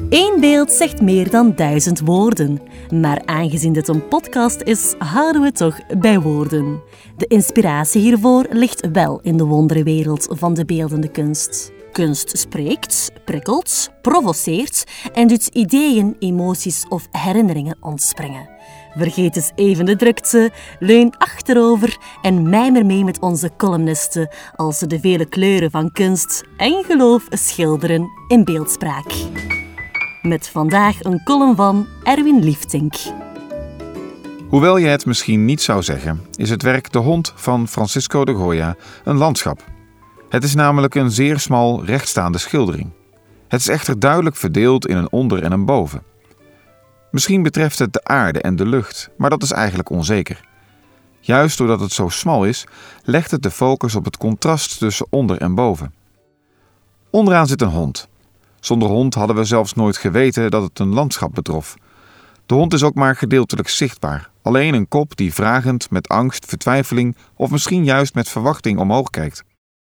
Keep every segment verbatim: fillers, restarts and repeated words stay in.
Eén beeld zegt meer dan duizend woorden. Maar aangezien dit een podcast is, houden we toch bij woorden. De inspiratie hiervoor ligt wel in de wonderenwereld van de beeldende kunst. Kunst spreekt, prikkelt, provoceert en doet ideeën, emoties of herinneringen ontspringen. Vergeet eens even de drukte, leun achterover en mijmer mee met onze columnisten als ze de vele kleuren van kunst en geloof schilderen in beeldspraak. Met vandaag een column van Erwin Liefdink. Hoewel je het misschien niet zou zeggen, is het werk De Hond van Francisco de Goya een landschap. Het is namelijk een zeer smal rechtstaande schildering. Het is echter duidelijk verdeeld in een onder en een boven. Misschien betreft het de aarde en de lucht, maar dat is eigenlijk onzeker. Juist doordat het zo smal is, legt het de focus op het contrast tussen onder en boven. Onderaan zit een hond. Zonder hond hadden we zelfs nooit geweten dat het een landschap betrof. De hond is ook maar gedeeltelijk zichtbaar. Alleen een kop die vragend met angst, vertwijfeling of misschien juist met verwachting omhoog kijkt.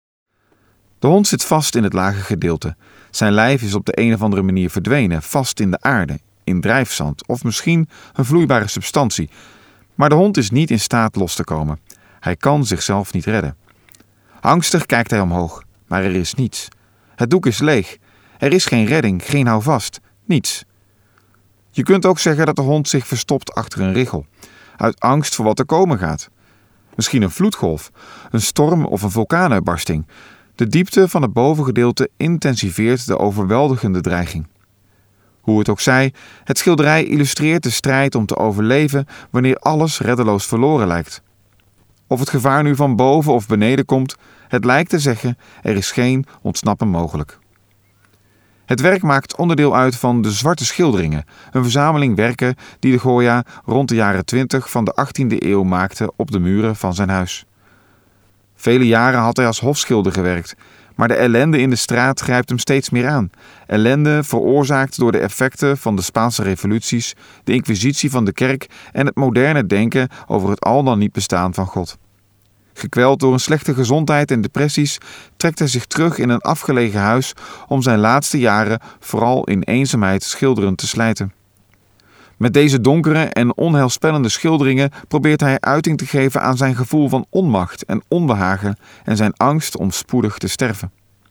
De hond zit vast in het lage gedeelte. Zijn lijf is op de een of andere manier verdwenen, vast in de aarde, in drijfzand of misschien een vloeibare substantie. Maar de hond is niet in staat los te komen. Hij kan zichzelf niet redden. Angstig kijkt hij omhoog, maar er is niets. Het doek is leeg. Er is geen redding, geen houvast, niets. Je kunt ook zeggen dat de hond zich verstopt achter een richel, uit angst voor wat er komen gaat. Misschien een vloedgolf, een storm of een vulkaanuitbarsting. De diepte van het bovengedeelte intensiveert de overweldigende dreiging. Hoe het ook zij, het schilderij illustreert de strijd om te overleven wanneer alles reddeloos verloren lijkt. Of het gevaar nu van boven of beneden komt, het lijkt te zeggen, er is geen ontsnappen mogelijk. Het werk maakt onderdeel uit van de Zwarte Schilderingen, een verzameling werken die de Goya rond de jaren twintig van de achttiende eeuw maakte op de muren van zijn huis. Vele jaren had hij als hofschilder gewerkt, maar de ellende in de straat grijpt hem steeds meer aan. Ellende veroorzaakt door de effecten van de Spaanse revoluties, de inquisitie van de kerk en het moderne denken over het al dan niet bestaan van God. Gekweld door een slechte gezondheid en depressies trekt hij zich terug in een afgelegen huis om zijn laatste jaren vooral in eenzaamheid schilderend te slijten. Met deze donkere en onheilspellende schilderingen probeert hij uiting te geven aan zijn gevoel van onmacht en onbehagen en zijn angst om spoedig te sterven.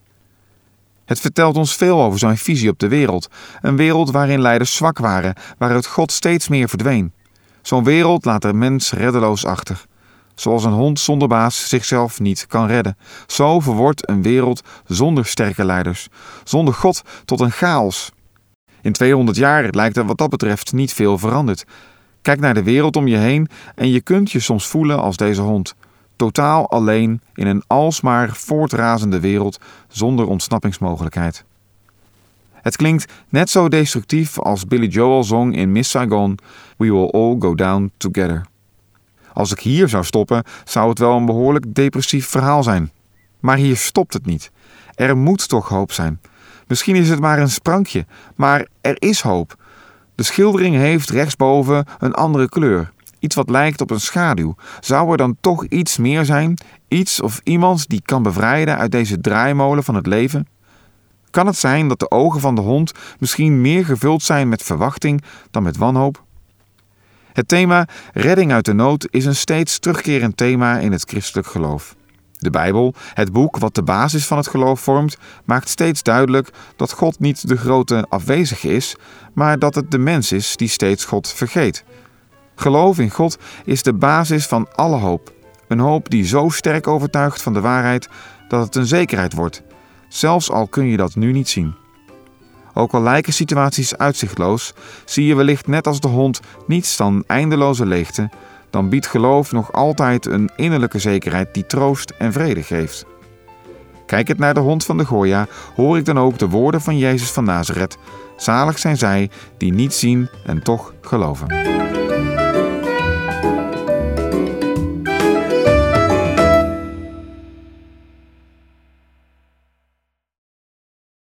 Het vertelt ons veel over zijn visie op de wereld, een wereld waarin leiders zwak waren, waaruit God steeds meer verdween. Zo'n wereld laat de mens reddeloos achter. Zoals een hond zonder baas zichzelf niet kan redden. Zo verwordt een wereld zonder sterke leiders, zonder God tot een chaos. In tweehonderd jaar lijkt er wat dat betreft niet veel veranderd. Kijk naar de wereld om je heen en je kunt je soms voelen als deze hond. Totaal alleen in een alsmaar voortrazende wereld zonder ontsnappingsmogelijkheid. Het klinkt net zo destructief als Billy Joel zong in Miss Saigon, We will all go down together. Als ik hier zou stoppen, zou het wel een behoorlijk depressief verhaal zijn. Maar hier stopt het niet. Er moet toch hoop zijn. Misschien is het maar een sprankje, maar er is hoop. De schildering heeft rechtsboven een andere kleur. Iets wat lijkt op een schaduw. Zou er dan toch iets meer zijn? Iets of iemand die kan bevrijden uit deze draaimolen van het leven? Kan het zijn dat de ogen van de hond misschien meer gevuld zijn met verwachting dan met wanhoop? Het thema redding uit de nood is een steeds terugkerend thema in het christelijk geloof. De Bijbel, het boek wat de basis van het geloof vormt, maakt steeds duidelijk dat God niet de grote afwezige is, maar dat het de mens is die steeds God vergeet. Geloof in God is de basis van alle hoop. Een hoop die zo sterk overtuigt van de waarheid dat het een zekerheid wordt, zelfs al kun je dat nu niet zien. Ook al lijken situaties uitzichtloos, zie je wellicht net als de hond niets dan eindeloze leegte, dan biedt geloof nog altijd een innerlijke zekerheid die troost en vrede geeft. Kijkend naar de hond van de Goya hoor ik dan ook de woorden van Jezus van Nazareth. Zalig zijn zij die niet zien en toch geloven.